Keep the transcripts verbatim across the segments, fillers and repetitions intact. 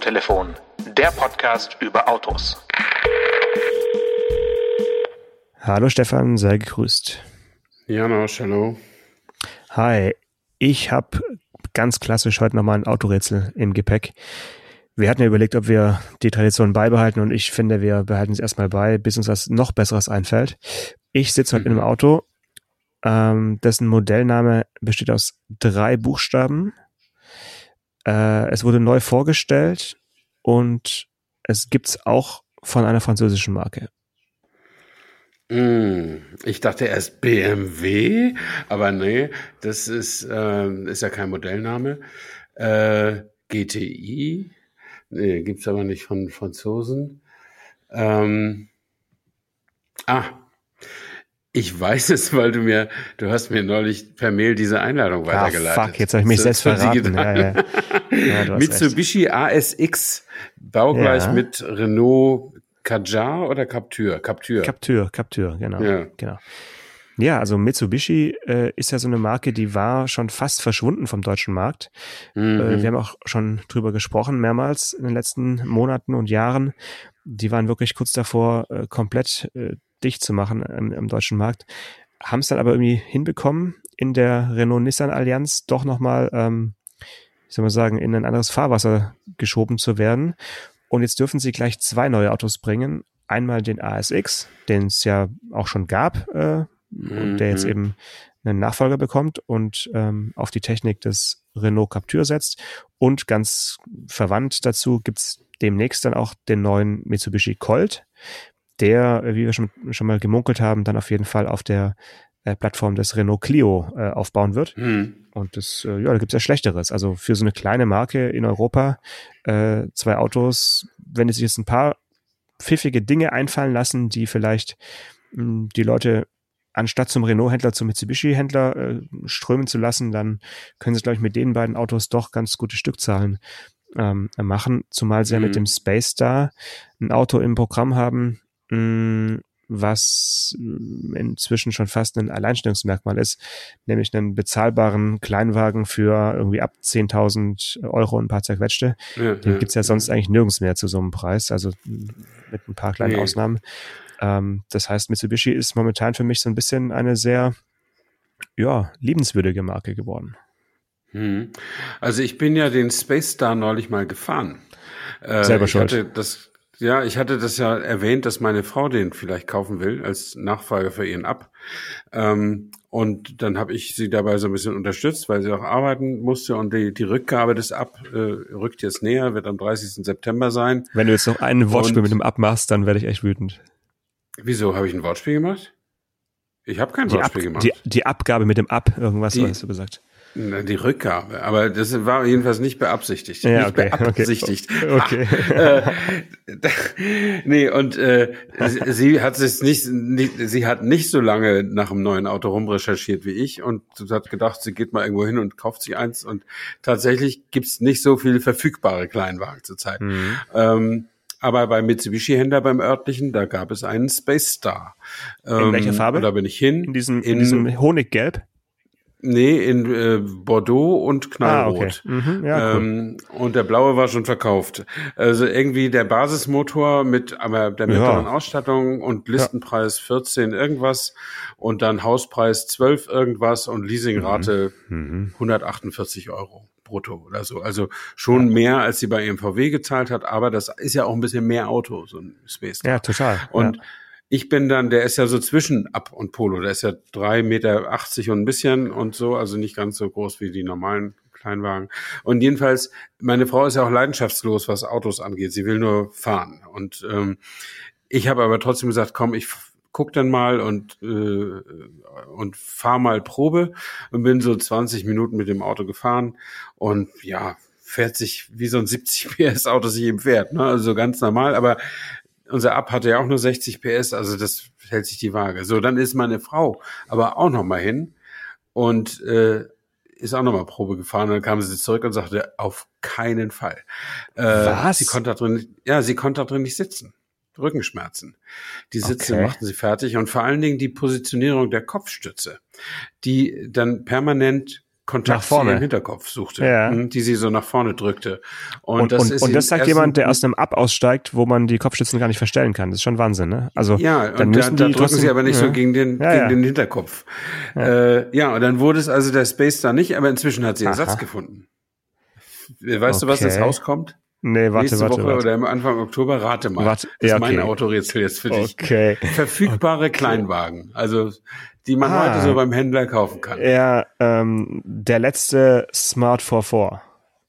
Autotelefon, der Podcast über Autos. Hallo Stefan, sei gegrüßt. Janosch, hallo. Hi, ich habe ganz klassisch heute nochmal ein Autorätsel im Gepäck. Wir hatten ja überlegt, ob wir die Tradition beibehalten und ich finde, wir behalten es erstmal bei, bis uns was noch Besseres einfällt. Ich sitze heute mhm. in einem Auto, ähm, dessen Modellname besteht aus drei Buchstaben. Äh, es wurde neu vorgestellt und es gibt's auch von einer französischen Marke. Ich dachte erst B M W, aber nee, das ist, äh, ist ja kein Modellname. Äh, G T I, nee, gibt's aber nicht von Franzosen. Ähm, ah, ich weiß es, weil du mir, du hast mir neulich per Mail diese Einladung ah, weitergeleitet. Fuck, jetzt habe ich mich selbst verraten. Ja, ja. Ja, Mitsubishi recht. A S X, baugleich ja. mit Renault Kadjar oder Captur? Captur. Captur, Captur, genau. Ja. genau. Ja, also Mitsubishi äh, ist ja so eine Marke, die war schon fast verschwunden vom deutschen Markt. Mhm. Äh, wir haben auch schon drüber gesprochen, mehrmals in den letzten Monaten und Jahren. Die waren wirklich kurz davor, äh, komplett äh, dicht zu machen im, im deutschen Markt. Haben es dann aber irgendwie hinbekommen, in der Renault-Nissan-Allianz doch nochmal, ähm, ich soll mal sagen, in ein anderes Fahrwasser geschoben zu werden. Und jetzt dürfen sie gleich zwei neue Autos bringen. Einmal den A S X, den es ja auch schon gab, äh, mhm. und der jetzt eben einen Nachfolger bekommt und ähm, auf die Technik des Renault Captur setzt. Und ganz verwandt dazu gibt's demnächst dann auch den neuen Mitsubishi Colt, der, wie wir schon, schon mal gemunkelt haben, dann auf jeden Fall auf der äh, Plattform des Renault Clio äh, aufbauen wird. Mhm. Und das, äh, ja, da gibt's ja Schlechteres. Also für so eine kleine Marke in Europa, äh, zwei Autos, wenn die sich jetzt ein paar pfiffige Dinge einfallen lassen, die vielleicht mh, die Leute anstatt zum Renault-Händler zum Mitsubishi-Händler äh, strömen zu lassen, dann können sie, glaube ich, mit den beiden Autos doch ganz gute Stückzahlen ähm, machen. Zumal sie mhm. ja mit dem Space Star ein Auto im Programm haben, mh, was inzwischen schon fast ein Alleinstellungsmerkmal ist, nämlich einen bezahlbaren Kleinwagen für irgendwie ab zehntausend Euro und ein paar zerquetschte. Ja, Den ja, gibt's ja sonst ja. eigentlich nirgends mehr zu so einem Preis, also mit ein paar kleinen nee. Ausnahmen. Ähm, das heißt, Mitsubishi ist momentan für mich so ein bisschen eine sehr, ja, liebenswürdige Marke geworden. Hm. Also ich bin ja den Space Star neulich mal gefahren. Äh, Selber ich schuld. Hatte das Ja, ich hatte das ja erwähnt, dass meine Frau den vielleicht kaufen will als Nachfolger für ihren Up. Ähm, und dann habe ich sie dabei so ein bisschen unterstützt, weil sie auch arbeiten musste. Und die, die Rückgabe des Up äh, rückt jetzt näher, wird am dreißigsten September sein. Wenn du jetzt noch ein Wortspiel und mit dem Up machst, dann werde ich echt wütend. Wieso? Habe ich ein Wortspiel gemacht? Ich habe kein die Wortspiel Ab- gemacht. Die, die Abgabe mit dem Up, irgendwas die, hast du gesagt. Die Rückgabe, aber das war jedenfalls nicht beabsichtigt. Ja, nicht okay, beabsichtigt. Okay. okay. äh, nee, und äh, sie hat es nicht, nicht, sie hat nicht so lange nach einem neuen Auto rumrecherchiert wie ich und hat gedacht, sie geht mal irgendwo hin und kauft sich eins. Und tatsächlich gibt's nicht so viele verfügbare Kleinwagen zurzeit. Mhm. Ähm, aber beim Mitsubishi-Händler, beim örtlichen, da gab es einen Space Star. In ähm, welcher Farbe? Und da bin ich hin. In diesem, in, in diesem Honiggelb? Nee, in äh, Bordeaux und Knallrot. Ah, okay. Mhm, ja, cool. ähm, und der blaue war schon verkauft. Also irgendwie der Basismotor mit aber der mittleren ja. Ausstattung und Listenpreis ja. vierzehn irgendwas und dann Hauspreis zwölf irgendwas und Leasingrate mhm. hundertachtundvierzig Euro brutto oder so. Also schon ja. mehr, als sie bei E M V W gezahlt hat, aber das ist ja auch ein bisschen mehr Auto, so ein Space Star. Ja, total. Und ja. ich bin dann, der ist ja so zwischen Up und Polo, der ist ja drei Meter achtzig und ein bisschen und so, also nicht ganz so groß wie die normalen Kleinwagen. Und jedenfalls, meine Frau ist ja auch leidenschaftslos, was Autos angeht. Sie will nur fahren. Und ähm, ich habe aber trotzdem gesagt, komm, ich guck dann mal und äh, und fahr mal Probe und bin so zwanzig Minuten mit dem Auto gefahren und ja, fährt sich wie so ein siebzig P S Auto sich eben fährt, ne? Also ganz normal, aber unser Up hatte ja auch nur sechzig P S, also das hält sich die Waage. So, dann ist meine Frau aber auch noch mal hin und äh, ist auch noch mal Probe gefahren. Und dann kam sie zurück und sagte, auf keinen Fall. Äh, Was? Sie konnte da drin, ja, sie konnte da drin nicht sitzen. Rückenschmerzen. Die Sitze Okay. machten sie fertig und vor allen Dingen die Positionierung der Kopfstütze, die dann permanent Kontakt zu ihrem Hinterkopf suchte, ja. die sie so nach vorne drückte. Und, und das, und, ist und das sagt ersten, jemand, der aus einem Up aussteigt, wo man die Kopfstützen gar nicht verstellen kann. Das ist schon Wahnsinn, ne? Also ja, dann und müssen da, da die drücken trotzdem, sie aber nicht ja. so gegen den ja, gegen ja. den Hinterkopf. Ja. Äh, ja, und dann wurde es also der Space da nicht, aber inzwischen hat sie Ersatz Aha. gefunden. Weißt okay. du, was jetzt rauskommt? Nee, warte, Nächste warte, Woche warte. oder im Anfang Oktober, rate mal. Warte, das ja, ist okay. mein Autorätsel jetzt für dich. Okay. Verfügbare okay. Kleinwagen, also die man ah, heute so beim Händler kaufen kann. Ja, ähm, der letzte Smart vier vier.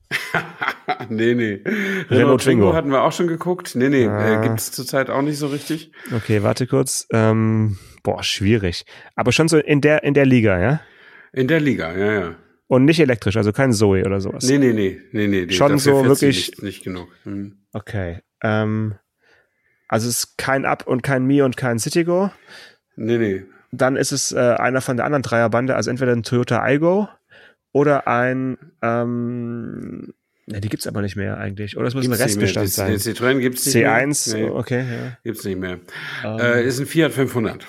nee, nee. Renault, Renault Twingo. Twingo hatten wir auch schon geguckt. Nee, nee, ah. äh, gibt's zurzeit auch nicht so richtig. Okay, warte kurz. Ähm, boah, schwierig. Aber schon so in der in der Liga, ja? In der Liga, ja, ja. Und nicht elektrisch, also kein Zoe oder sowas. Nee, nee, nee, nee, nee. nee. Schon so wirklich nicht, nicht genug. Hm. Okay. Ähm, also es ist kein Up und kein Mi und kein Citigo. Nee, nee. Dann ist es äh, einer von der anderen Dreierbande, also entweder ein Toyota Aygo oder ein ähm, ne, die gibt's aber nicht mehr eigentlich. Oder es muss gibt's ein Restbestand sein. Den Citroën gibt's nicht C eins, mehr. C eins, okay, ja. Gibt's nicht mehr. Um. Äh, ist ein Fiat fünfhundert.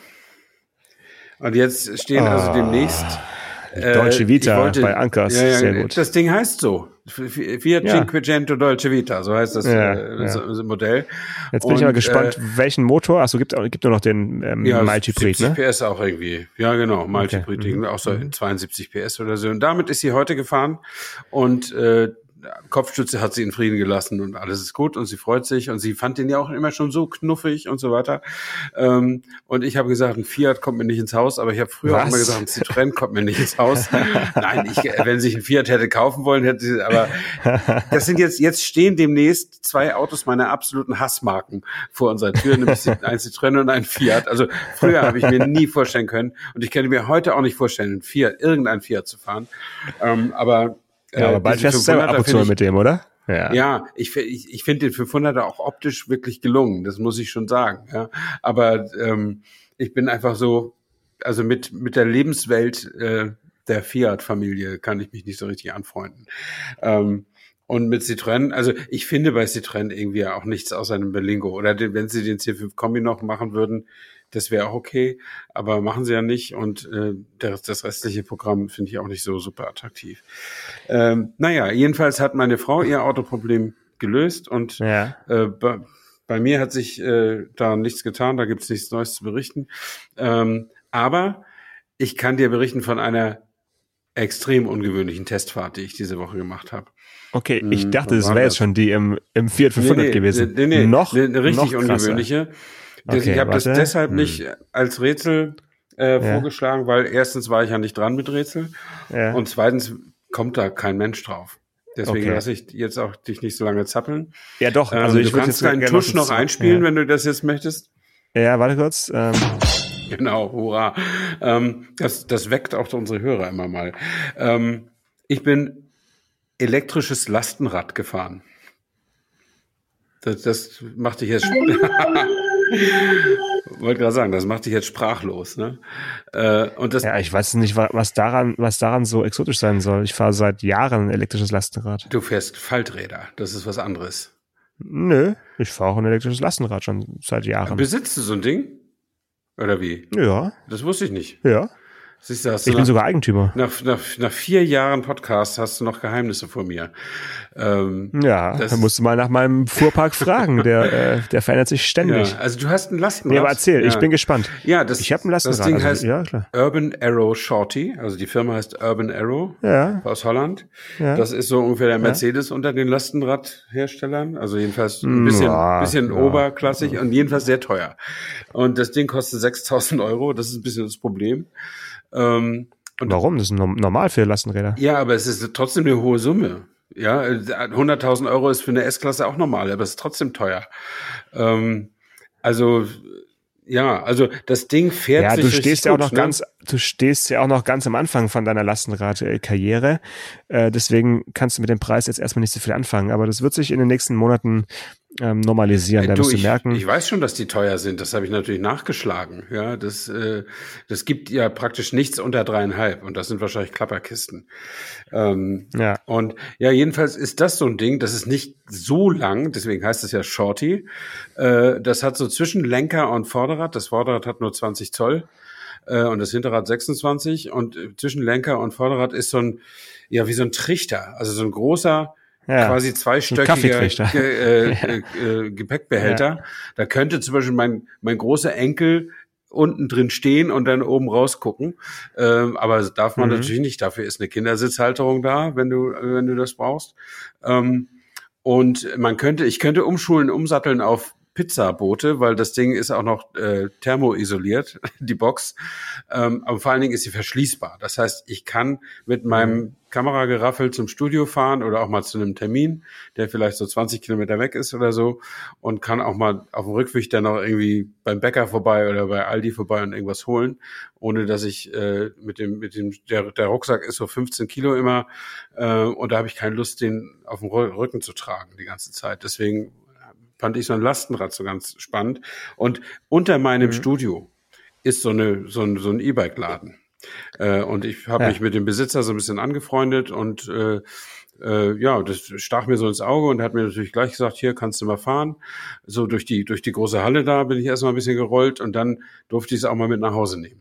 Und jetzt stehen oh. also demnächst Deutsche Vita wollte, bei Ankers, ja, ja, sehr gut. Das Ding heißt so. Fiat ja. Cinquecento Dolce Vita, so heißt das, ja, äh, ja. das Modell. Jetzt bin Und, ich mal gespannt, äh, welchen Motor, achso, gibt, gibt nur noch den ähm, ja, Multiprit, siebzig ne? P S auch irgendwie. Ja, genau, Multiprit, okay. mhm. auch so mhm. zweiundsiebzig P S oder so. Und damit ist sie heute gefahren und äh, Kopfstütze hat sie in Frieden gelassen und alles ist gut und sie freut sich und sie fand den ja auch immer schon so knuffig und so weiter. Ähm, und ich habe gesagt, ein Fiat kommt mir nicht ins Haus, aber ich habe früher Was? auch immer gesagt, ein Citroën kommt mir nicht ins Haus. Nein, ich, wenn sich ein Fiat hätte kaufen wollen, hätte sie, aber das sind jetzt, jetzt stehen demnächst zwei Autos meiner absoluten Hassmarken vor unserer Tür, nämlich ein Citroën und ein Fiat. Also früher habe ich mir nie vorstellen können und ich könnte mir heute auch nicht vorstellen, ein Fiat, irgendein Fiat zu fahren. Ähm, aber Ja, aber bald fährst du selber ab und zu mit dem, oder? Ja, ja ich, ich, ich finde den fünfhunderter auch optisch wirklich gelungen, das muss ich schon sagen. Ja. Aber ähm, ich bin einfach so, also mit mit der Lebenswelt äh, der Fiat-Familie kann ich mich nicht so richtig anfreunden. Ähm, und mit Citroën, also ich finde bei Citroën irgendwie auch nichts außer einem Berlingo. Oder den, wenn sie den C fünf Kombi noch machen würden, das wäre auch okay, aber machen sie ja nicht und äh, das, das restliche Programm finde ich auch nicht so super attraktiv. Ähm, naja, jedenfalls hat meine Frau ihr Autoproblem gelöst und ja. äh, bei, bei mir hat sich äh, da nichts getan, da gibt es nichts Neues zu berichten. Ähm, aber ich kann dir berichten von einer extrem ungewöhnlichen Testfahrt, die ich diese Woche gemacht habe. Okay, ich dachte, das wäre jetzt schon die im, im Fiat fünfhundert nee, nee, gewesen. Nee, nee, noch eine richtig noch ungewöhnliche. Das, okay, ich habe das deshalb hm. nicht als Rätsel äh, ja. vorgeschlagen, weil erstens war ich ja nicht dran mit Rätsel ja. und zweitens kommt da kein Mensch drauf. Deswegen okay. lasse ich jetzt auch dich nicht so lange zappeln. Ja doch, also ähm, ich du kannst deinen Tusch noch einspielen, ja. wenn du das jetzt möchtest. Ja, warte kurz. Ähm. Genau, hurra. Ähm, das, das weckt auch unsere Hörer immer mal. Ähm, ich bin elektrisches Lastenrad gefahren. Das, das macht dich jetzt wollte gerade sagen, das macht dich jetzt sprachlos, ne? Äh, und das, ja, ich weiß nicht, was daran, was daran so exotisch sein soll. Ich fahre seit Jahren ein elektrisches Lastenrad. Du fährst Falträder, das ist was anderes. Nö, ich fahre auch ein elektrisches Lastenrad schon seit Jahren. Besitzt du so ein Ding? Oder wie? Ja. Das wusste ich nicht. Ja. Siehst du, hast ich du bin nach, sogar Eigentümer. Nach, nach, nach vier Jahren Podcast hast du noch Geheimnisse vor mir. Ähm, ja, da musst du mal nach meinem Fuhrpark fragen. Der, äh, der verändert sich ständig. Ja, also du hast ein Lastenrad. Nee, aber erzähl, ja. ich bin gespannt. Ja, das, ich habe ein Lastenrad. Das Ding also, heißt ja, klar. Urban Arrow Shorty. Also die Firma heißt Urban Arrow ja. aus Holland. Ja. Das ist so ungefähr der Mercedes ja. unter den Lastenradherstellern. Also jedenfalls ein bisschen, ja, bisschen ja. oberklassig ja. und jedenfalls sehr teuer. Und das Ding kostet sechstausend Euro. Das ist ein bisschen das Problem. Ähm, Und warum? Das ist normal für Lastenräder. Ja, aber es ist trotzdem eine hohe Summe. Ja, hunderttausend Euro ist für eine S-Klasse auch normal, aber es ist trotzdem teuer. Ähm, also, ja, also das Ding fährt ja, sich du stehst ja auch gut, noch ne? ganz, du stehst ja auch noch ganz am Anfang von deiner Lastenrad-Karriere. Äh, deswegen kannst du mit dem Preis jetzt erstmal nicht so viel anfangen. Aber das wird sich in den nächsten Monaten ähm, normalisieren. Da du, wirst du ich, merken. Ich weiß schon, dass die teuer sind. Das habe ich natürlich nachgeschlagen. Ja, das, äh, das gibt ja praktisch nichts unter dreieinhalb. Und das sind wahrscheinlich Klapperkisten. Ähm, ja. Und ja, jedenfalls ist das so ein Ding, das ist nicht so lang, deswegen heißt es ja Shorty. Äh, das hat so zwischen Lenker und Vorderrad. Das Vorderrad hat nur zwanzig Zoll. äh, und das Hinterrad sechsundzwanzig und zwischen Lenker und Vorderrad ist so ein, ja, wie so ein Trichter, also so ein großer, ja, quasi zweistöckiger Ge- äh, äh, äh, Gepäckbehälter. Ja. Da könnte zum Beispiel mein, mein großer Enkel unten drin stehen und dann oben rausgucken. Ähm, aber das darf man mhm. natürlich nicht. Dafür ist eine Kindersitzhalterung da, wenn du, wenn du das brauchst. Ähm, und man könnte, ich könnte umschulen, umsatteln auf Pizzaboote, weil das Ding ist auch noch äh, thermoisoliert, die Box. Ähm, aber vor allen Dingen ist sie verschließbar. Das heißt, ich kann mit meinem mhm. Kamerageraffel zum Studio fahren oder auch mal zu einem Termin, der vielleicht so zwanzig Kilometer weg ist oder so, und kann auch mal auf dem Rückweg dann noch irgendwie beim Bäcker vorbei oder bei Aldi vorbei und irgendwas holen, ohne dass ich äh, mit dem, mit dem, der, der Rucksack ist so fünfzehn Kilo immer, äh, und da habe ich keine Lust, den auf dem Rücken zu tragen die ganze Zeit. Deswegen fand ich so ein Lastenrad so ganz spannend. Und unter meinem mhm. Studio ist so eine so ein so ein E-Bike-Laden. Äh, und ich habe ja. mich mit dem Besitzer so ein bisschen angefreundet und äh, äh, ja, das stach mir so ins Auge und hat mir natürlich gleich gesagt, hier kannst du mal fahren. So durch die durch die große Halle da bin ich erstmal ein bisschen gerollt und dann durfte ich es auch mal mit nach Hause nehmen.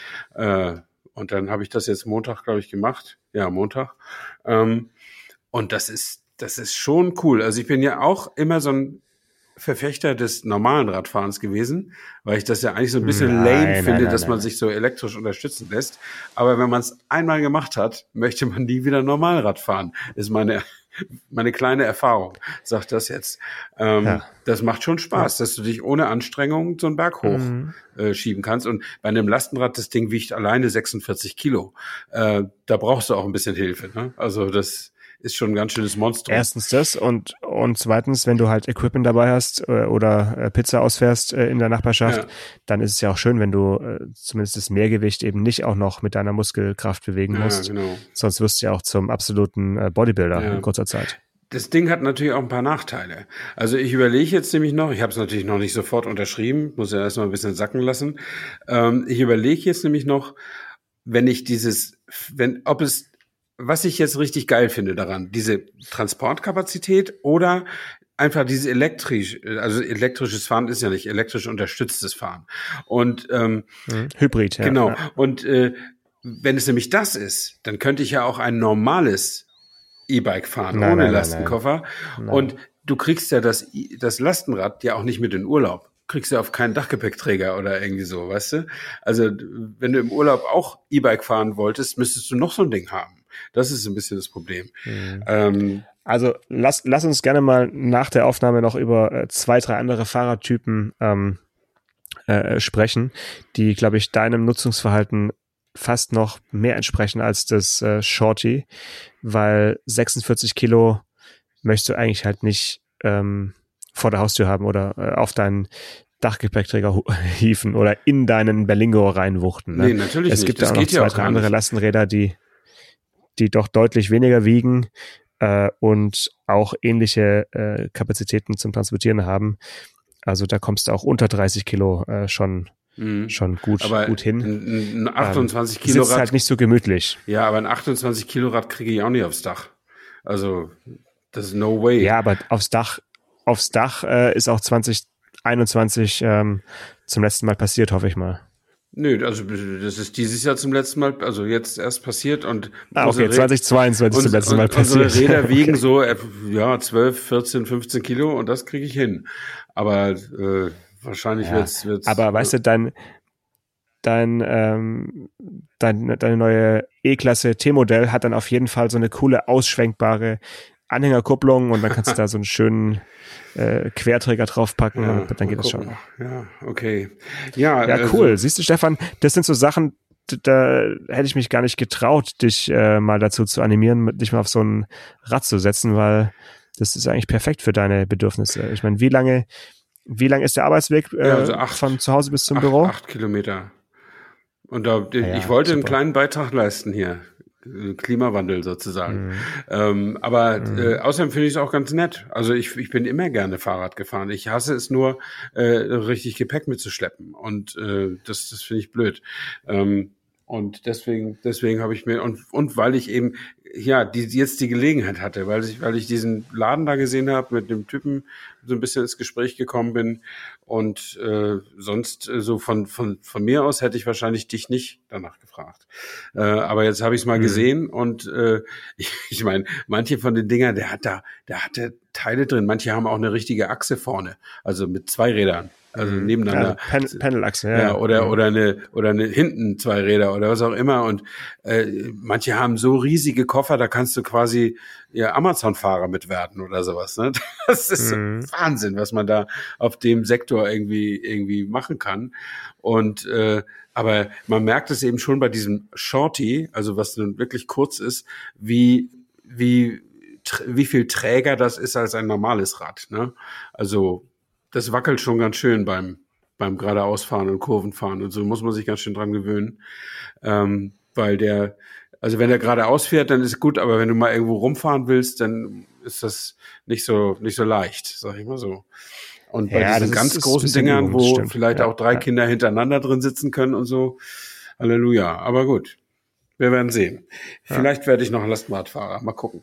Äh, und dann habe ich das jetzt Montag, glaube ich, gemacht. Ja, Montag. Ähm, und das ist das ist schon cool. Also ich bin ja auch immer so ein Verfechter des normalen Radfahrens gewesen, weil ich das ja eigentlich so ein bisschen nein, lame finde, nein, nein, dass man nein. sich so elektrisch unterstützen lässt. Aber wenn man es einmal gemacht hat, möchte man nie wieder normal Rad fahren. Ist meine meine kleine Erfahrung, sagt das jetzt. Ähm, ja. Das macht schon Spaß, ja. dass du dich ohne Anstrengung so einen Berg hoch mhm. äh, schieben kannst. Und bei einem Lastenrad, das Ding wiegt alleine sechsundvierzig Kilo. Äh, da brauchst du auch ein bisschen Hilfe. Ne? Also das ist schon ein ganz schönes Monster. Erstens das und und zweitens, wenn du halt Equipment dabei hast äh, oder äh, Pizza ausfährst äh, in der Nachbarschaft, ja. dann ist es ja auch schön, wenn du äh, zumindest das Mehrgewicht eben nicht auch noch mit deiner Muskelkraft bewegen ja, musst. Genau. Sonst wirst du ja auch zum absoluten äh, Bodybuilder ja. in kurzer Zeit. Das Ding hat natürlich auch ein paar Nachteile. Also ich überlege jetzt nämlich noch, ich habe es natürlich noch nicht sofort unterschrieben, muss ja erstmal ein bisschen sacken lassen. Ähm, ich überlege jetzt nämlich noch, wenn ich dieses, wenn, ob es was ich jetzt richtig geil finde daran, diese Transportkapazität oder einfach dieses elektrisch, also elektrisches Fahren ist ja nicht elektrisch unterstütztes Fahren. Und ähm, mhm. Hybrid, ja. Genau. Ja. Und äh, wenn es nämlich das ist, dann könnte ich ja auch ein normales E-Bike fahren, nein, ohne nein, Lastenkoffer. Nein, nein. Und du kriegst ja das, das Lastenrad ja auch nicht mit in Urlaub. Kriegst du auf keinen Dachgepäckträger oder irgendwie so, weißt du? Also wenn du im Urlaub auch E-Bike fahren wolltest, müsstest du noch so ein Ding haben. Das ist ein bisschen das Problem. Mhm. Ähm, also lass, lass uns gerne mal nach der Aufnahme noch über äh, zwei, drei andere Fahrradtypen ähm, äh, sprechen, die, glaube ich, deinem Nutzungsverhalten fast noch mehr entsprechen als das äh, Shorty, weil sechsundvierzig Kilo möchtest du eigentlich halt nicht ähm, vor der Haustür haben oder äh, auf deinen Dachgepäckträger hieven oder in deinen Berlingo reinwuchten. Ne? Nee, natürlich es nicht. gibt das ja auch noch zwei, drei andere Lastenräder, die die doch deutlich weniger wiegen äh, und auch ähnliche äh, Kapazitäten zum Transportieren haben. Also da kommst du auch unter dreißig Kilo äh, schon mhm. schon gut aber gut hin. Ein, ein achtundzwanzig Kilo Rad ist halt nicht so gemütlich. Ja, aber ein achtundzwanzig Kilo Rad kriege ich auch nicht aufs Dach. Also das ist no way. Ja, aber aufs Dach aufs Dach äh, ist auch zwanzig einundzwanzig ähm, zum letzten Mal passiert, hoffe ich mal. Nö, also das ist dieses Jahr zum letzten Mal, also jetzt erst passiert und ah, okay, zwanzig zweiundzwanzig zum letzten Mal passiert. Unsere Räder wiegen okay. so ja zwölf, vierzehn, fünfzehn Kilo und das kriege ich hin. Aber äh, wahrscheinlich ja, wird's wird's. Aber weißt du, dein dein ähm, dein deine neue E-Klasse T-Modell hat dann auf jeden Fall so eine coole ausschwenkbare Anhängerkupplung und dann kannst du da so einen schönen äh, Querträger draufpacken ja, und dann geht das schon. Ja, okay. Ja, ja also, cool. Siehst du, Stefan, das sind so Sachen, da hätte ich mich gar nicht getraut, dich äh, mal dazu zu animieren, dich mal auf so ein Rad zu setzen, weil das ist eigentlich perfekt für deine Bedürfnisse. Ich meine, wie lange, wie lang ist der Arbeitsweg äh, ja, also acht, von zu Hause bis zum acht, Büro? Acht Kilometer. Und da, ich ja, wollte super. einen kleinen Beitrag leisten hier. Klimawandel sozusagen. Mhm. Ähm, aber mhm. äh, außerdem finde ich es auch ganz nett. Also ich, ich bin immer gerne Fahrrad gefahren. Ich hasse es nur, äh, richtig Gepäck mitzuschleppen. Und äh, das, das finde ich blöd. Ähm, Und deswegen, deswegen habe ich mir, und, und weil ich eben, ja, die, jetzt die Gelegenheit hatte, weil ich, weil ich diesen Laden da gesehen habe, mit dem Typen so ein bisschen ins Gespräch gekommen bin. Und äh, sonst äh, so von, von, von mir aus hätte ich wahrscheinlich dich nicht danach gefragt. Äh, aber jetzt habe ich es mal mhm. gesehen und äh, ich, ich meine, manche von den Dingern, der hat da, der hatte Teile drin. Manche haben auch eine richtige Achse vorne, also mit zwei Rädern. Also nebeneinander. Ja, Pan- Panelachse, ja. ja. Oder, oder eine, oder eine hinten zwei Räder oder was auch immer. Und äh, manche haben so riesige Koffer, da kannst du quasi ja Amazon-Fahrer mit werden oder sowas. Ne? Das ist mhm. Wahnsinn, was man da auf dem Sektor irgendwie, irgendwie machen kann. Und, äh, aber man merkt es eben schon bei diesem Shorty, also was nun wirklich kurz ist, wie, wie, wie viel träger das ist als ein normales Rad. Ne? Also, das wackelt schon ganz schön beim, beim geradeausfahren und Kurvenfahren und so muss man sich ganz schön dran gewöhnen. Ähm, weil der, also wenn der geradeaus fährt, dann ist gut, aber wenn du mal irgendwo rumfahren willst, dann ist das nicht so, nicht so leicht, sag ich mal so. Und bei ja, diesen ganz ist, großen Dingern, wo stimmt. vielleicht ja, auch drei ja. Kinder hintereinander drin sitzen können und so, Halleluja. Aber gut, wir werden sehen. Ja. Vielleicht werde ich noch Lastenradfahrer, mal gucken.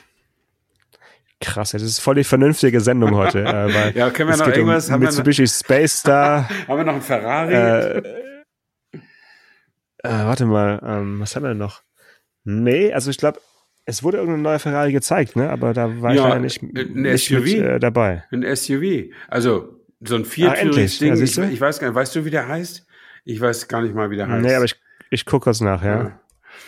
Krass, das ist voll die vernünftige Sendung heute. Äh, weil ja, können wir noch irgendwas? Um haben Mitsubishi wir noch, Space Star. Haben wir noch einen Ferrari? Äh, äh, warte mal, ähm, was haben wir denn noch? Nee, also ich glaube, es wurde irgendein neuer Ferrari gezeigt, ne? Aber da war ja, ich ja nicht, ein nicht S U V. Mit, äh, dabei. Ein S U V. Also so ein viertüriges Ding. Ja, ich, ich weiß gar nicht, weißt du, wie der heißt? Ich weiß gar nicht mal, wie der heißt. Nee, aber ich, ich gucke kurz nach, ja. ja.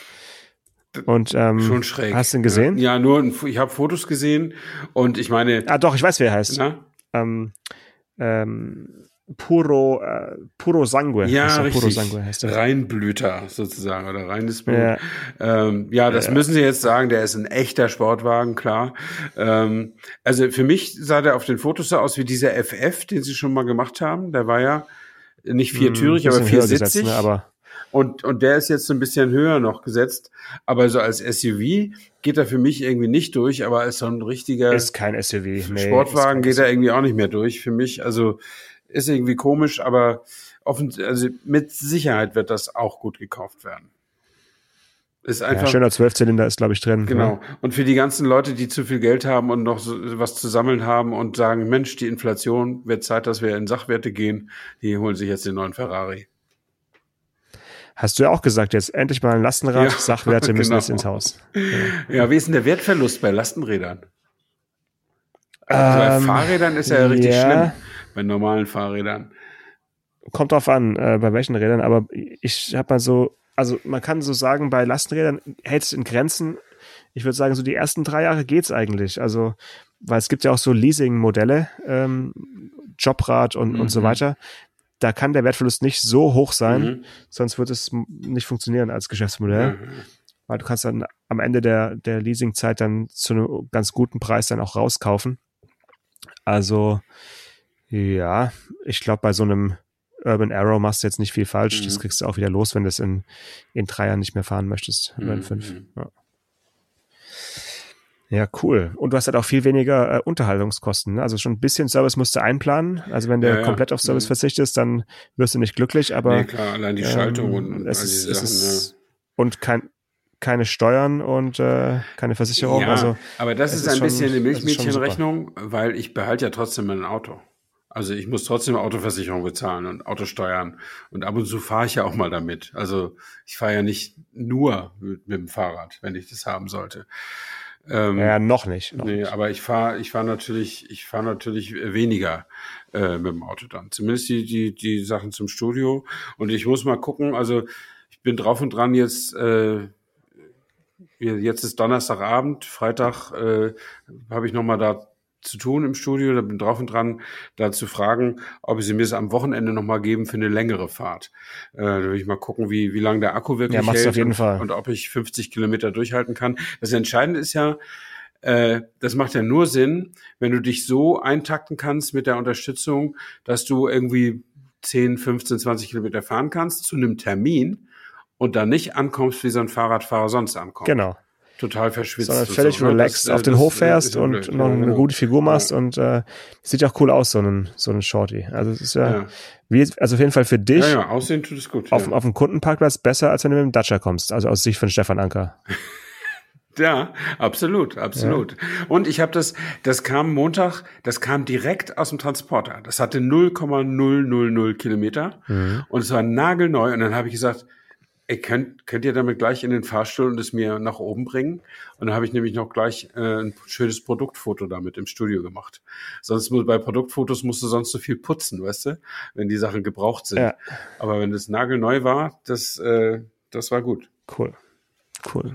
Und ähm, schon schräg. Hast du ihn gesehen? Ja, nur ich habe Fotos gesehen und ich meine. Ah, doch, ich weiß, wie er heißt. Ähm, ähm, Puro, äh, Puro Sangue. Ja, heißt richtig. Puro Sangue heißt der. Reinblüter sozusagen oder reines Blut. Ja, ähm, ja das ja. müssen Sie jetzt sagen. Der ist ein echter Sportwagen, klar. Ähm, also für mich sah der auf den Fotos so aus wie dieser F F, den Sie schon mal gemacht haben. Der war ja nicht viertürig, hm, aber viersitzig. Ne, aber Und, und der ist jetzt so ein bisschen höher noch gesetzt. Aber so als S U V geht er für mich irgendwie nicht durch. Aber als so ein richtiger ist kein S U V. Nee, Sportwagen geht er irgendwie auch nicht mehr durch für mich. Also ist irgendwie komisch, aber offen, also mit Sicherheit wird das auch gut gekauft werden. Ist einfach, ja, schöner Zwölfzylinder ist, glaube ich, drin. Genau. Ja. Und für die ganzen Leute, die zu viel Geld haben und noch so was zu sammeln haben und sagen, Mensch, die Inflation, wird Zeit, dass wir in Sachwerte gehen, die holen sich jetzt den neuen Ferrari. Hast du ja auch gesagt, jetzt endlich mal ein Lastenrad, ja, Sachwerte müssen genau. jetzt ins Haus. Ja. ja, wie ist denn der Wertverlust bei Lastenrädern? Also ähm, bei Fahrrädern ist ja richtig ja. schlimm, bei normalen Fahrrädern. Kommt drauf an, äh, bei welchen Rädern, aber ich habe mal so, also man kann so sagen, bei Lastenrädern hält es in Grenzen. Ich würde sagen, so die ersten drei Jahre geht's eigentlich. Also, weil es gibt ja auch so Leasing-Modelle, ähm, Jobrad und, mhm. und so weiter. Da kann der Wertverlust nicht so hoch sein, mhm. sonst wird es nicht funktionieren als Geschäftsmodell. Mhm. Weil du kannst dann am Ende der, der Leasingzeit dann zu einem ganz guten Preis dann auch rauskaufen. Also, ja, ich glaube, bei so einem Urban Arrow machst du jetzt nicht viel falsch. Mhm. Das kriegst du auch wieder los, wenn du es in, in drei Jahren nicht mehr fahren möchtest. Oder in fünf. Mhm. Ja. Ja, cool. Und du hast halt auch viel weniger äh, Unterhaltungskosten. Ne? Also schon ein bisschen Service musst du einplanen. Also wenn du ja, komplett ja. auf Service mhm. verzichtest, dann wirst du nicht glücklich. Aber nee, klar, allein die Schaltung ähm, und, und es all ist, die es Sachen. Ist, ja. Und kein, keine Steuern und äh, keine Versicherung. Ja, also, aber das ist ein ist bisschen schon, eine Milchmädchenrechnung, weil ich behalte ja trotzdem mein Auto. Also ich muss trotzdem Autoversicherung bezahlen und Autosteuern. Und ab und zu fahre ich ja auch mal damit. Also ich fahre ja nicht nur mit, mit dem Fahrrad, wenn ich das haben sollte. Ähm, ja, noch nicht. Noch nee, nicht. aber ich fahre, ich fahre natürlich, ich fahre natürlich weniger äh, mit dem Auto dann. Zumindest die, die, die Sachen zum Studio. Und ich muss mal gucken. Also ich bin drauf und dran jetzt. Äh, jetzt ist Donnerstagabend, Freitag äh, habe ich noch mal da zu tun im Studio. Da bin drauf und dran, da zu fragen, ob sie mir es am Wochenende noch mal geben für eine längere Fahrt. Äh, da will ich mal gucken, wie wie lange der Akku wirklich ja, machst hält du auf jeden und, Fall. und ob ich fünfzig Kilometer durchhalten kann. Das Entscheidende ist ja, äh, das macht ja nur Sinn, wenn du dich so eintakten kannst mit der Unterstützung, dass du irgendwie zehn, fünfzehn, zwanzig Kilometer fahren kannst zu einem Termin und dann nicht ankommst, wie so ein Fahrradfahrer sonst ankommt. Genau. total verschwitzt. Sondern völlig so, relaxed das, auf den das, Hof fährst und blöd. noch ja, eine genau. gute Figur machst ja. und äh, sieht auch cool aus, so ein, so ein Shorty. Also es ist ja, Ja. Wie, also auf jeden Fall für dich Ja, ja, aussehen tut es gut. auf, ja. auf dem Kundenparkplatz besser, als wenn du mit dem Dacia kommst, also aus Sicht von Stefan Anker. Ja, absolut, absolut. Ja. Und ich habe das, das kam Montag, das kam direkt aus dem Transporter. Das hatte null Komma null null null Kilometer mhm. und es war nagelneu. Und dann habe ich gesagt, ey, könnt, könnt ihr damit gleich in den Fahrstuhl und es mir nach oben bringen? Und dann habe ich nämlich noch gleich äh, ein schönes Produktfoto damit im Studio gemacht. Sonst bei Produktfotos musst du sonst so viel putzen, weißt du, wenn die Sachen gebraucht sind. Ja. Aber wenn das nagelneu war, das, äh, das war gut. Cool, cool.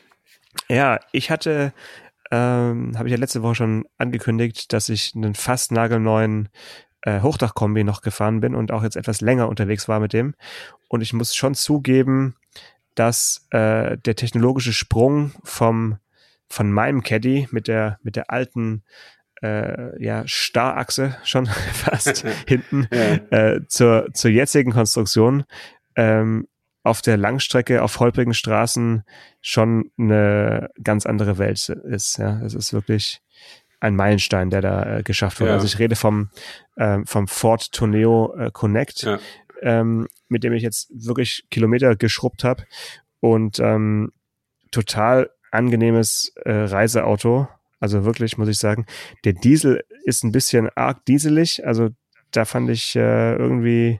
Ja, ich hatte, ähm, habe ich ja letzte Woche schon angekündigt, dass ich einen fast nagelneuen äh, Hochdachkombi noch gefahren bin und auch jetzt etwas länger unterwegs war mit dem. Und ich muss schon zugeben, dass äh, der technologische Sprung vom von meinem Caddy mit der mit der alten äh, ja Starrachse schon fast hinten ja. äh, zur zur jetzigen Konstruktion ähm, auf der Langstrecke, auf holprigen Straßen schon eine ganz andere Welt ist. Ja, es ist wirklich ein Meilenstein, der da äh, geschafft wurde. Ja. Also ich rede vom ähm, vom Ford Tourneo äh, Connect, ja. ähm, mit dem ich jetzt wirklich Kilometer geschrubbt habe und ähm, total angenehmes äh, Reiseauto. Also wirklich, muss ich sagen, der Diesel ist ein bisschen arg dieselig. Also da fand ich äh, irgendwie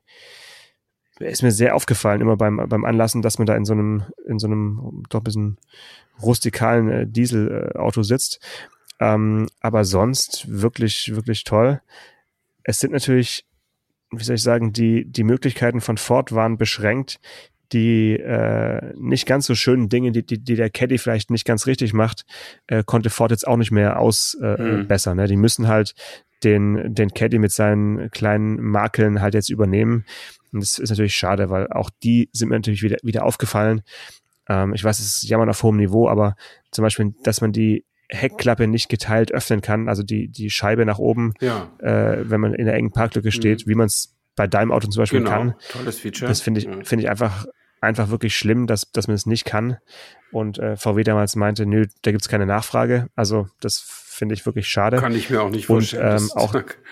ist mir sehr aufgefallen, immer beim beim Anlassen, dass man da in so einem in so einem doch ein bisschen rustikalen äh, Dieselauto äh, sitzt. Ähm, aber sonst wirklich, wirklich toll. Es sind natürlich, wie soll ich sagen, die die Möglichkeiten von Ford waren beschränkt. Die äh, nicht ganz so schönen Dinge, die, die, die der Caddy vielleicht nicht ganz richtig macht, äh, konnte Ford jetzt auch nicht mehr ausbessern. Äh, mhm. ne? Die müssen halt den den Caddy mit seinen kleinen Makeln halt jetzt übernehmen. Und das ist natürlich schade, weil auch die sind mir natürlich wieder wieder aufgefallen. Ähm, ich weiß, es ist Jammern auf hohem Niveau, aber zum Beispiel, dass man die Heckklappe nicht geteilt öffnen kann, also die die Scheibe nach oben, ja. äh, wenn man in einer engen Parklücke steht, mhm. wie man es bei deinem Auto zum Beispiel genau. kann. Tolles Feature. Das finde ich ja. finde ich einfach einfach wirklich schlimm, dass dass man es nicht kann. Und äh, V W damals meinte, nö, da gibt's keine Nachfrage. Also das finde ich wirklich schade. Kann ich mir auch nicht vorstellen. Und ähm, auch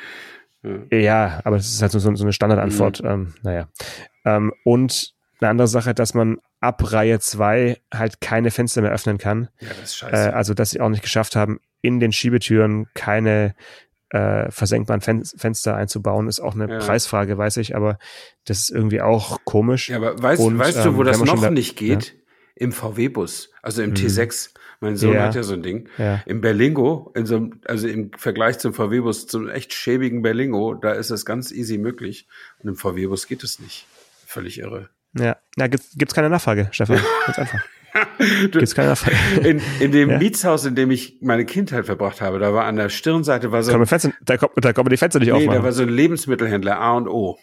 ja. ja, aber es ist halt so, so eine Standardantwort. Mhm. Ähm, naja. Ähm, und eine andere Sache, dass man ab Reihe zwei halt keine Fenster mehr öffnen kann. Ja, das ist scheiße. Äh, also, dass sie auch nicht geschafft haben, in den Schiebetüren keine äh, versenkbaren Fen- Fenster einzubauen, ist auch eine ja. Preisfrage, weiß ich, aber das ist irgendwie auch komisch. Ja, aber weißt, Und, weißt du, wo ähm, das noch da, nicht geht? Ja? Im V W-Bus, also im mhm. T sechs. Mein Sohn ja. hat ja so ein Ding. Ja. Im Berlingo, in so einem, also im Vergleich zum V W-Bus, zum echt schäbigen Berlingo, da ist es ganz easy möglich. Und im V W-Bus geht es nicht. Völlig irre. Ja, ja gibt, gibt's keine Nachfrage, Stefan. Ganz einfach. Gibt's keine Nachfrage. In, in dem ja. Mietshaus, in dem ich meine Kindheit verbracht habe, da war an der Stirnseite war so ein, Fenster, da, kommt, da kommen die Fenster nicht nee, aufmachen. Da war so ein Lebensmittelhändler, A und O.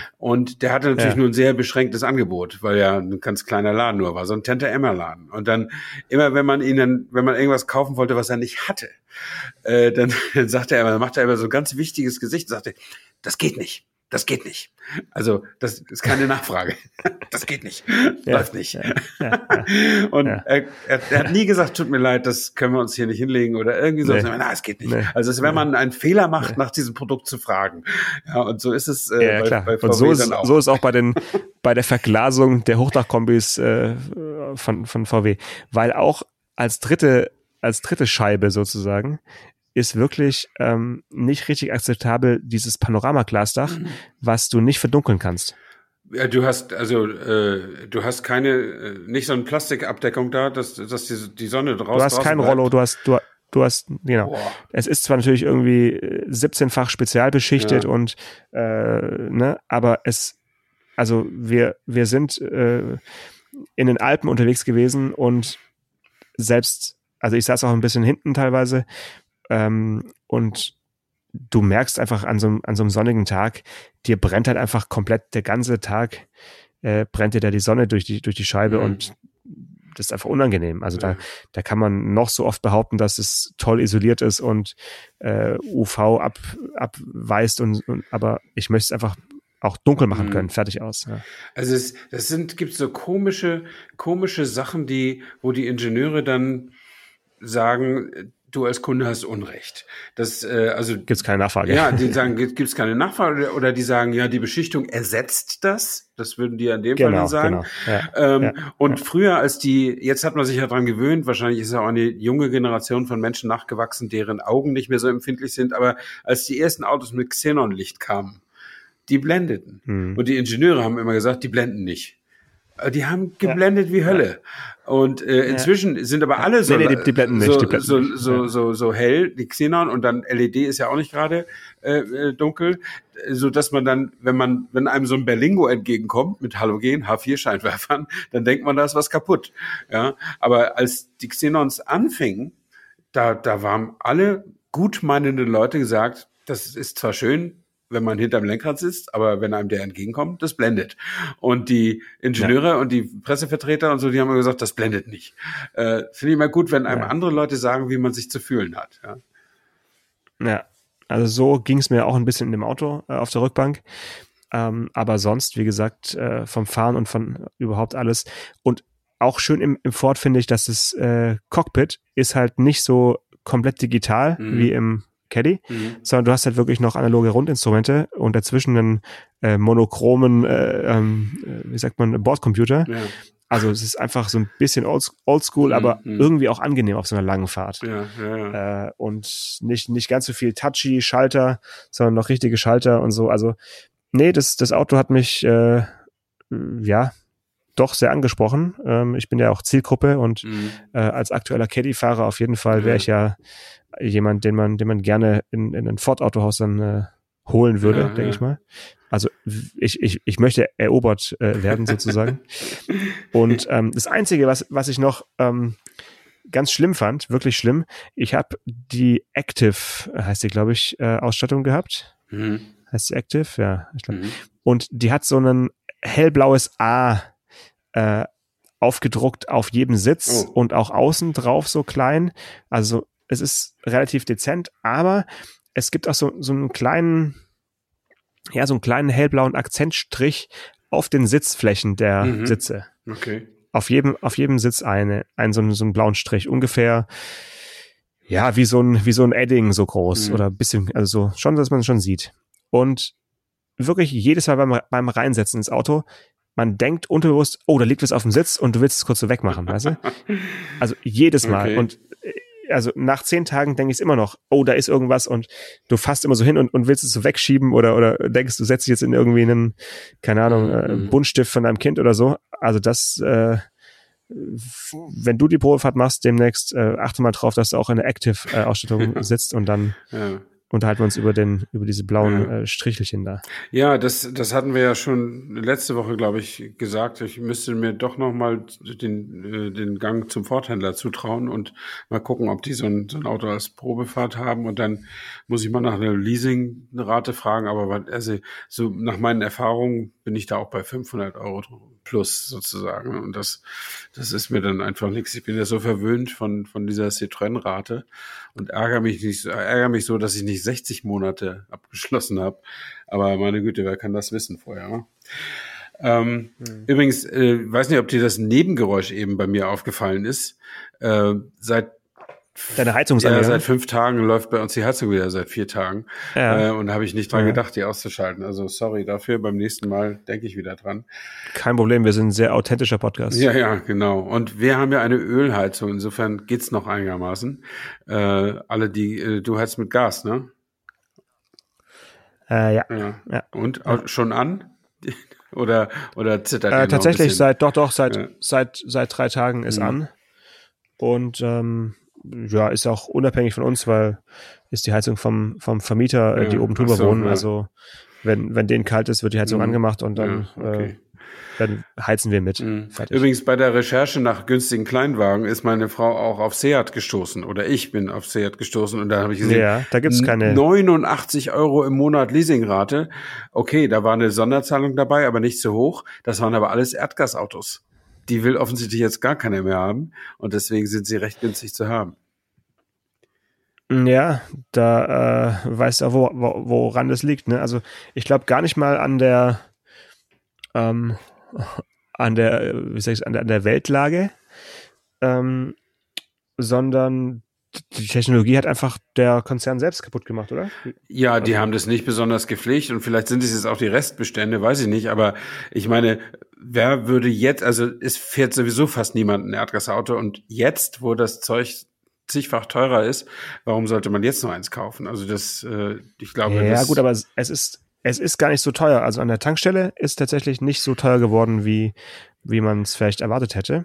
Und der hatte natürlich ja. nur ein sehr beschränktes Angebot, weil ja ein ganz kleiner Laden nur war, so ein Tante-Emma-Laden. Und dann immer, wenn man ihnen, wenn man irgendwas kaufen wollte, was er nicht hatte, äh, dann, dann sagte er immer, dann machte er immer so ein ganz wichtiges Gesicht und sagte, das geht nicht. Das geht nicht. Also, das ist keine Nachfrage. Das geht nicht. Ja, läuft nicht. Ja, ja, ja. Und ja. Er, er, er hat nie gesagt, tut mir leid, das können wir uns hier nicht hinlegen oder irgendwie so. Nee. Na, es geht nicht. Nee. Also, es ist, wenn man einen Fehler macht, nee. nach diesem Produkt zu fragen. Ja, und so ist es äh, ja, bei, klar. bei V W und so ist, dann auch. So ist auch bei den, bei der Verglasung der Hochdachkombis äh, von, von V W. Weil auch als dritte, als dritte Scheibe sozusagen ist wirklich ähm, nicht richtig akzeptabel, dieses Panoramaglasdach, mhm. was du nicht verdunkeln kannst. Ja, du hast also äh, du hast keine äh, nicht so eine Plastikabdeckung da, dass dass die, die Sonne draus Du hast kein Rollo, du hast du du hast genau. Boah. Es ist zwar natürlich irgendwie siebzehnfach spezial beschichtet ja. und äh, ne, aber es also wir wir sind äh, in den Alpen unterwegs gewesen und selbst also ich saß auch ein bisschen hinten teilweise. Ähm, und du merkst einfach an so, an so einem sonnigen Tag, dir brennt halt einfach komplett der ganze Tag, äh, brennt dir da die Sonne durch die, durch die Scheibe mhm. und das ist einfach unangenehm. Also ja. da, da kann man noch so oft behaupten, dass es toll isoliert ist und äh, U V ab, abweist und, und aber ich möchte es einfach auch dunkel machen können, fertig aus. Ja. Also es, das sind, gibt so komische, komische Sachen, die, wo die Ingenieure dann sagen, du als Kunde hast Unrecht. Das, äh, also gibt's keine Nachfrage. Ja, die sagen, gibt es keine Nachfrage, oder die sagen, ja, die Beschichtung ersetzt das. Das würden die an dem genau, Fall dann sagen. Genau. Ja, ähm, ja, und ja. früher als die, jetzt hat man sich ja dran gewöhnt, wahrscheinlich ist ja auch eine junge Generation von Menschen nachgewachsen, deren Augen nicht mehr so empfindlich sind, aber als die ersten Autos mit Xenonlicht kamen, die blendeten. Hm. Und die Ingenieure haben immer gesagt, die blenden nicht. Die haben geblendet ja. wie Hölle. Ja. Und äh, inzwischen ja. sind aber alle so, nee, nee, die, die blenden nicht, so, die blenden so, nicht. so, so, so hell, die Xenon, und dann L E D ist ja auch nicht gerade äh, dunkel, so dass man dann, wenn man, wenn einem so ein Berlingo entgegenkommt mit Halogen, H vier Scheinwerfern, dann denkt man, da ist was kaputt. Ja, aber als die Xenons anfingen, da, da waren alle gutmeinende Leute gesagt, das ist zwar schön, wenn man hinterm Lenkrad sitzt, aber wenn einem der entgegenkommt, das blendet. Und die Ingenieure ja. und die Pressevertreter und so, die haben immer gesagt, das blendet nicht. Äh, finde ich mal gut, wenn einem ja. andere Leute sagen, wie man sich zu fühlen hat. Ja, ja. Also so ging es mir auch ein bisschen in dem Auto äh, auf der Rückbank. Ähm, aber sonst, wie gesagt, äh, vom Fahren und von überhaupt alles. Und auch schön im, im Ford finde ich, dass das äh, Cockpit ist halt nicht so komplett digital mhm. wie im Caddy, mhm. sondern du hast halt wirklich noch analoge Rundinstrumente und dazwischen einen äh, monochromen, äh, ähm, wie sagt man, Bordcomputer. Ja. Also es ist einfach so ein bisschen old, oldschool, mhm. aber mhm. irgendwie auch angenehm auf so einer langen Fahrt. Ja, ja, ja. Äh, und nicht nicht ganz so viel touchy Schalter, sondern noch richtige Schalter und so. Also nee, das das Auto hat mich äh, ja doch sehr angesprochen. Ähm, ich bin ja auch Zielgruppe und mhm. äh, als aktueller Caddy-Fahrer auf jeden Fall wäre ich ja jemand, den man, den man gerne in, in ein Ford-Autohaus dann äh, holen würde, ja, denke ja. ich mal. Also ich, ich, ich möchte erobert äh, werden sozusagen. Und ähm, das Einzige, was, was ich noch ähm, ganz schlimm fand, wirklich schlimm, ich habe die Active, heißt die, glaube ich, äh, Ausstattung gehabt. Mhm. Heißt sie Active? Ja, ich glaube. Mhm. Und die hat so ein hellblaues A äh, aufgedruckt auf jedem Sitz oh. und auch außen drauf so klein. Also es ist relativ dezent, aber es gibt auch so, so einen kleinen, ja, so einen kleinen hellblauen Akzentstrich auf den Sitzflächen der mhm. Sitze. Okay. Auf jedem, auf jedem Sitz eine, einen, so einen, so einen blauen Strich. Ungefähr, ja, wie so ein, wie so ein Edding so groß mhm. oder ein bisschen, also so, schon, dass man es schon sieht. Und wirklich jedes Mal beim, beim Reinsetzen ins Auto, man denkt unterbewusst, oh, da liegt was auf dem Sitz und du willst es kurz so wegmachen, weißt du? Also jedes Mal. Okay. Und also nach zehn Tagen denke ich es immer noch, oh, da ist irgendwas, und du fasst immer so hin und, und willst es so wegschieben oder oder denkst, du setzt dich jetzt in irgendwie einen, keine Ahnung, mhm. äh, Buntstift von deinem Kind oder so. Also das, äh, wenn du die Probefahrt machst demnächst, äh, achte mal drauf, dass du auch in der Active-Ausstattung sitzt, und dann ja. unterhalten wir uns über den, über diese blauen ja. äh, Strichelchen da. Ja, das, das hatten wir ja schon letzte Woche, glaube ich, gesagt. Ich müsste mir doch noch mal den, äh, den Gang zum Ford-Händler zutrauen und mal gucken, ob die so ein, so ein Auto als Probefahrt haben. Und dann muss ich mal nach einer Leasingrate fragen. Aber also, so nach meinen Erfahrungen bin ich da auch bei fünfhundert Euro plus sozusagen. Und das, das ist mir dann einfach nichts. Ich bin ja so verwöhnt von, von dieser Citroën-Rate und ärgere mich nicht, ärgere mich so, dass ich nicht sechzig Monate abgeschlossen habe. Aber meine Güte, wer kann das wissen vorher? Ne? Ähm, mhm. Übrigens, äh, weiß nicht, ob dir das Nebengeräusch eben bei mir aufgefallen ist. Äh, seit Deine Heizung ist ja, seit fünf Tagen läuft bei uns die Heizung wieder, seit vier Tagen. Ja. Äh, und da habe ich nicht dran ja. gedacht, die auszuschalten. Also sorry dafür, beim nächsten Mal denke ich wieder dran. Kein Problem, wir sind ein sehr authentischer Podcast. Ja, ja, genau. Und wir haben ja eine Ölheizung, insofern geht's noch einigermaßen. Äh, alle die, äh, du heizt mit Gas, ne? Äh, ja. ja. ja. Und ja. schon an? oder oder zittert äh, ihr noch tatsächlich ein bisschen? seit doch doch seit ja. seit seit drei Tagen ist mhm. an. Und ähm, ja, ist auch unabhängig von uns, weil ist die Heizung vom vom Vermieter, ja, die oben drüber so, wohnen. Ja. Also wenn wenn denen kalt ist, wird die Heizung mhm. angemacht und dann ja, okay. äh, dann heizen wir mit. Mhm. Übrigens bei der Recherche nach günstigen Kleinwagen ist meine Frau auch auf Seat gestoßen oder ich bin auf Seat gestoßen und da habe ich gesehen, ja, da gibt's keine neunundachtzig Euro im Monat Leasingrate. Okay, da war eine Sonderzahlung dabei, aber nicht so hoch. Das waren aber alles Erdgasautos. Die will offensichtlich jetzt gar keiner mehr haben und deswegen sind sie recht günstig zu haben. Ja, da äh, weißt du auch, wo, wo, woran das liegt. Ne? Also ich glaube gar nicht mal an der ähm, an der, wie sag ich, an der, an der Weltlage, ähm, sondern die Technologie hat einfach der Konzern selbst kaputt gemacht, oder? Ja, die Also, haben das nicht besonders gepflegt und vielleicht sind es jetzt auch die Restbestände, weiß ich nicht, aber ich meine, wer würde jetzt, also es fährt sowieso fast niemand ein Erdgasauto und jetzt, wo das Zeug zigfach teurer ist, warum sollte man jetzt noch eins kaufen? Also das, äh, ich glaube, ja, das... gut, aber es ist, es ist gar nicht so teuer. Also an der Tankstelle ist tatsächlich nicht so teuer geworden, wie, wie man es vielleicht erwartet hätte.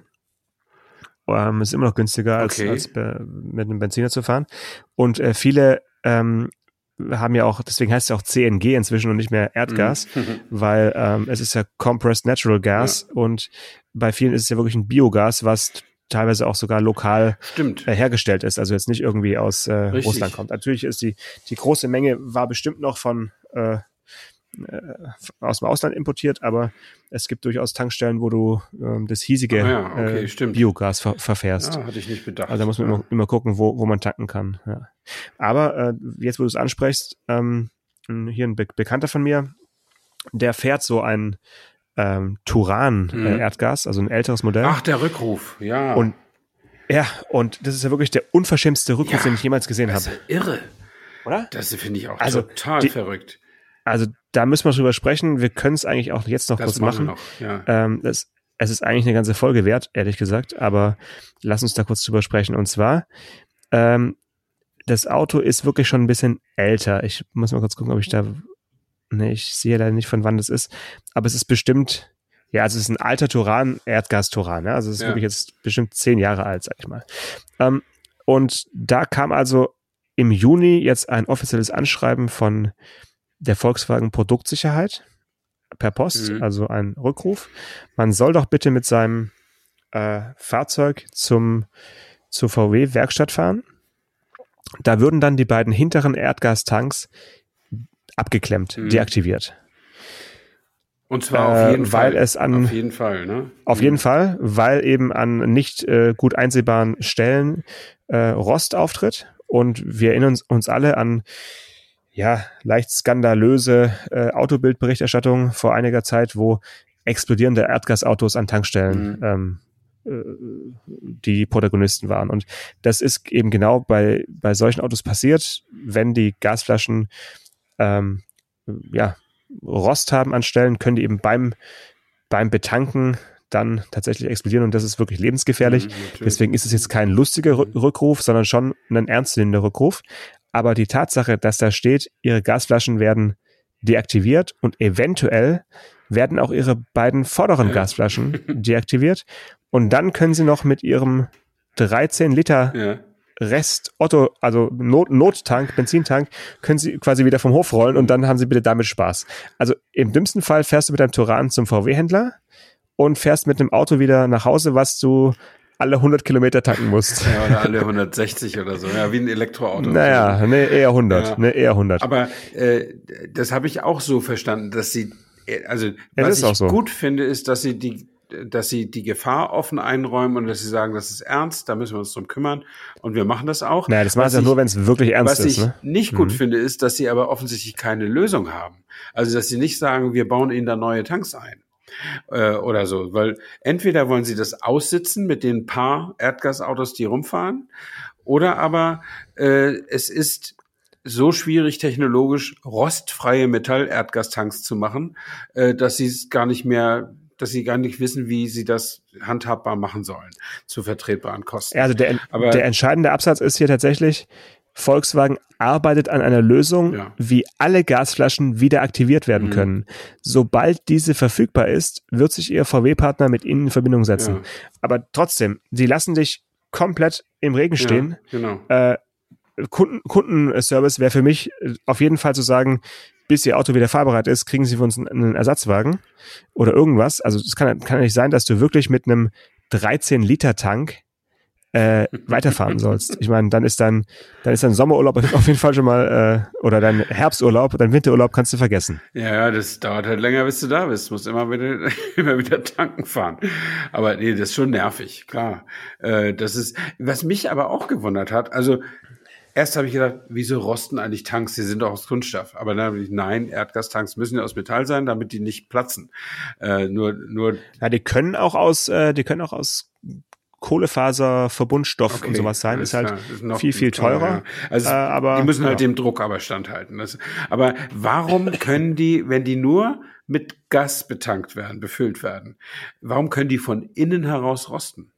Ähm, ist immer noch günstiger, als, Okay. als be- mit einem Benziner zu fahren. Und äh, viele ähm, haben ja auch, deswegen heißt es ja auch C N G inzwischen und nicht mehr Erdgas, Mhm. weil ähm, es ist ja Compressed Natural Gas und bei vielen ist es ja wirklich ein Biogas, was teilweise auch sogar lokal Stimmt. äh, hergestellt ist, also jetzt nicht irgendwie aus äh, Richtig. Russland kommt. Natürlich ist die, die große Menge war bestimmt noch von äh, äh, aus dem Ausland importiert, aber es gibt durchaus Tankstellen, wo du ähm, das hiesige Ah ja, okay, äh, stimmt. Biogas ver verfährst. Ja, hatte ich nicht bedacht. Also da muss man ja. immer, immer gucken, wo, wo man tanken kann. Ja. Aber äh, jetzt, wo du es ansprichst, ähm, hier ein Be Bekannter von mir, der fährt so ein ähm, Turan-Erdgas, Mhm. also ein älteres Modell. Ach, der Rückruf, ja. Und ja, und das ist ja wirklich der unverschämtste Rückruf, Ja, den ich jemals gesehen das habe. ist irre. Oder? Das finde ich auch Also, total die- verrückt. Also da müssen wir drüber sprechen. Wir können es eigentlich auch jetzt noch Das kurz machen machen. wir noch, ja. Ähm, das, es ist eigentlich eine ganze Folge wert, ehrlich gesagt, aber lass uns da kurz drüber sprechen. Und zwar, ähm, das Auto ist wirklich schon ein bisschen älter. Ich muss mal kurz gucken, ob ich da, ne, ich sehe leider nicht, von wann das ist, aber es ist bestimmt, ja, also es ist ein alter Turan, Erdgas-Turan, ne? Also es ist Ja. wirklich jetzt bestimmt zehn Jahre alt, sag ich mal. Ähm, und da kam also im Juni jetzt ein offizielles Anschreiben von der Volkswagen Produktsicherheit per Post, Mhm. also ein Rückruf. Man soll doch bitte mit seinem äh, Fahrzeug zum zur V W-Werkstatt fahren. Da würden dann die beiden hinteren Erdgastanks abgeklemmt, Mhm. deaktiviert. Und zwar Äh, auf jeden weil Fall. es an- auf jeden Fall, ne? Auf Mhm. jeden Fall, weil eben an nicht äh, gut einsehbaren Stellen äh, Rost auftritt. Und wir erinnern uns, uns alle an ja leicht skandalöse äh, Autobildberichterstattung vor einiger Zeit, wo explodierende Erdgasautos an Tankstellen Mhm. ähm, äh, die Protagonisten waren. Und das ist eben genau bei, bei solchen Autos passiert, wenn die Gasflaschen ähm, ja, Rost haben an Stellen, können die eben beim, beim Betanken dann tatsächlich explodieren und das ist wirklich lebensgefährlich. Mhm, natürlich. Deswegen ist es jetzt kein lustiger Rü- Rückruf, sondern schon ein ernstzunehmender Rückruf. Aber die Tatsache, dass da steht, ihre Gasflaschen werden deaktiviert und eventuell werden auch ihre beiden vorderen Ja. Gasflaschen deaktiviert und dann können sie noch mit ihrem dreizehn Liter Ja. Rest Otto, also Not, Nottank, Benzintank, können sie quasi wieder vom Hof rollen und dann haben sie bitte damit Spaß. Also im dümmsten Fall fährst du mit deinem Turan zum V W-Händler und fährst mit einem Auto wieder nach Hause, was du alle hundert Kilometer tanken musst. Ja, oder alle hundertsechzig oder so. Ja, wie ein Elektroauto. Naja, ne, eher hundert, Ja. ne, eher hundert. Aber äh, das habe ich auch so verstanden, dass sie, äh, also das was ist ich auch so. gut finde, ist, dass sie die, dass sie die Gefahr offen einräumen und dass sie sagen, das ist ernst, da müssen wir uns drum kümmern und wir machen das auch. Naja, das machen Was sie ja ich- nur, wenn es wirklich ernst Was ist. ich Ne? nicht gut Mhm. finde, ist, dass sie aber offensichtlich keine Lösung haben. Also, dass sie nicht sagen, wir bauen ihnen da neue Tanks ein. Äh, oder so, weil entweder wollen sie das aussitzen mit den paar Erdgasautos, die rumfahren, oder aber äh, es ist so schwierig technologisch rostfreie Metall-Erdgastanks zu machen, äh, dass sie es gar nicht mehr, dass sie gar nicht wissen, wie sie das handhabbar machen sollen zu vertretbaren Kosten. Ja, also der, Aber- der entscheidende Absatz ist hier tatsächlich, Volkswagen arbeitet an einer Lösung, Ja. wie alle Gasflaschen wieder aktiviert werden Mhm. können. Sobald diese verfügbar ist, wird sich Ihr V W-Partner mit Ihnen in Verbindung setzen. Ja. Aber trotzdem, sie lassen dich komplett im Regen stehen. Ja, genau. Äh, Kunden, Kundenservice wäre für mich äh, auf jeden Fall zu sagen, bis Ihr Auto wieder fahrbereit ist, kriegen Sie für uns einen, einen Ersatzwagen oder irgendwas. Also es kann, kann ja nicht sein, dass du wirklich mit einem dreizehn Liter Tank äh, weiterfahren sollst. Ich meine, dann ist dann, dann ist dein Sommerurlaub auf jeden Fall schon mal, äh, oder dein Herbsturlaub, dein Winterurlaub kannst du vergessen. Ja, ja, das dauert halt länger, bis du da bist. Musst immer wieder, immer wieder tanken fahren. Aber nee, das ist schon nervig, klar. Äh, das ist, was mich aber auch gewundert hat, also erst habe ich gedacht, wieso rosten eigentlich Tanks? Die sind doch aus Kunststoff. Aber dann habe ich, nein, Erdgastanks müssen ja aus Metall sein, damit die nicht platzen. Äh, nur, nur. Ja, die können auch aus, äh, die können auch aus Kohlefaserverbundstoff okay, und sowas sein, ist halt ist noch viel, viel teurer. Ja. Also äh, aber, die müssen halt ja. dem Druck aber standhalten. Das, aber warum können die, wenn die nur mit Gas betankt werden, befüllt werden, warum können die von innen heraus rosten?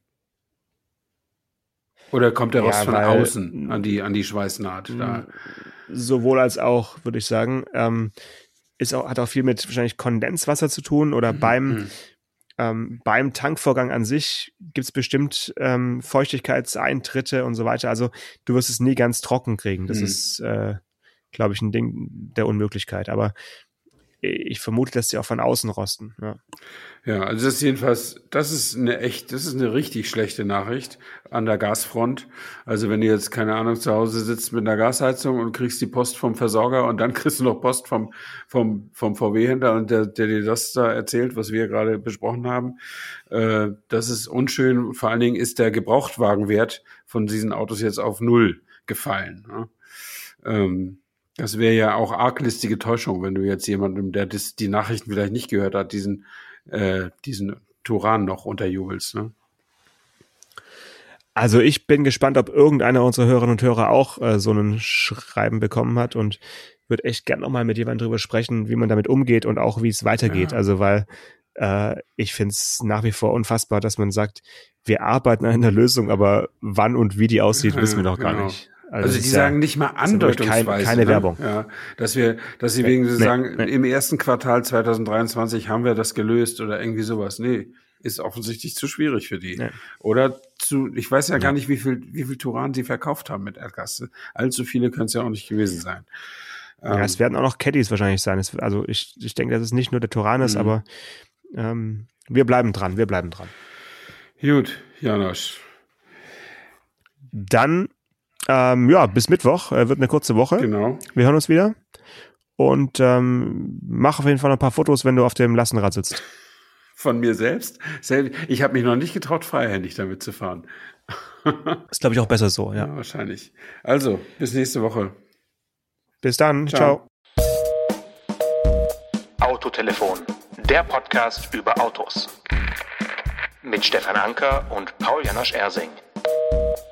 Oder kommt der Rost ja, von außen an die, an die Schweißnaht? Da? Sowohl als auch, würde ich sagen. Ähm, ist auch, hat auch viel mit wahrscheinlich Kondenswasser zu tun oder mhm. beim Ähm, beim Tankvorgang an sich gibt es bestimmt ähm, Feuchtigkeitseintritte und so weiter. Also du wirst es nie ganz trocken kriegen. Das mhm. ist, äh, glaube ich, ein Ding der Unmöglichkeit. Aber ich vermute, dass die auch von außen rosten. Ja, ja, also das ist jedenfalls, das ist eine echt, das ist eine richtig schlechte Nachricht an der Gasfront. Also wenn du jetzt, keine Ahnung, zu Hause sitzt mit einer Gasheizung und kriegst die Post vom Versorger und dann kriegst du noch Post vom, vom, vom V W-Händler und der, der dir das da erzählt, was wir gerade besprochen haben, äh, das ist unschön. Vor allen Dingen ist der Gebrauchtwagenwert von diesen Autos jetzt auf Null gefallen. Ne? Ähm, Das wäre ja auch arglistige Täuschung, wenn du jetzt jemandem, der das, die Nachrichten vielleicht nicht gehört hat, diesen, äh, diesen Turan noch unterjubelst. Ne? Also ich bin gespannt, ob irgendeiner unserer Hörerinnen und Hörer auch äh, so ein Schreiben bekommen hat und würde echt gern nochmal mit jemandem drüber sprechen, wie man damit umgeht und auch wie es weitergeht. Ja. Also weil äh, ich finde es nach wie vor unfassbar, dass man sagt, wir arbeiten an einer Lösung, aber wann und wie die aussieht, wissen wir noch gar genau. nicht. Also, also die sagen ja, nicht mal andeutungsweise. Kein, keine ne? Werbung. Ja, dass wir, dass sie wegen, sie nee, sagen, nee. im ersten Quartal zwanzig dreiundzwanzig haben wir das gelöst oder irgendwie sowas. Nee, ist offensichtlich zu schwierig für die. Nee. Oder zu, ich weiß ja gar nicht, wie viel, wie viel Turan sie verkauft haben mit Erdgas. Allzu viele können es ja auch nicht gewesen sein. Ja, ähm, es werden auch noch Caddies wahrscheinlich sein. Es, also ich, ich denke, dass es nicht nur der Turan ist, mhm. aber ähm, wir bleiben dran, wir bleiben dran. Gut, Janosch. Dann Ähm, ja, bis Mittwoch, äh, wird eine kurze Woche. Genau. Wir hören uns wieder. Und ähm, mach auf jeden Fall noch ein paar Fotos, wenn du auf dem Lastenrad sitzt. Von mir selbst? Ich habe mich noch nicht getraut, freihändig damit zu fahren. Ist, glaube ich, auch besser so, ja. Ja, wahrscheinlich. Also, bis nächste Woche. Bis dann, ciao. ciao. Autotelefon, der Podcast über Autos. Mit Stefan Anker und Paul Janosch Ersing.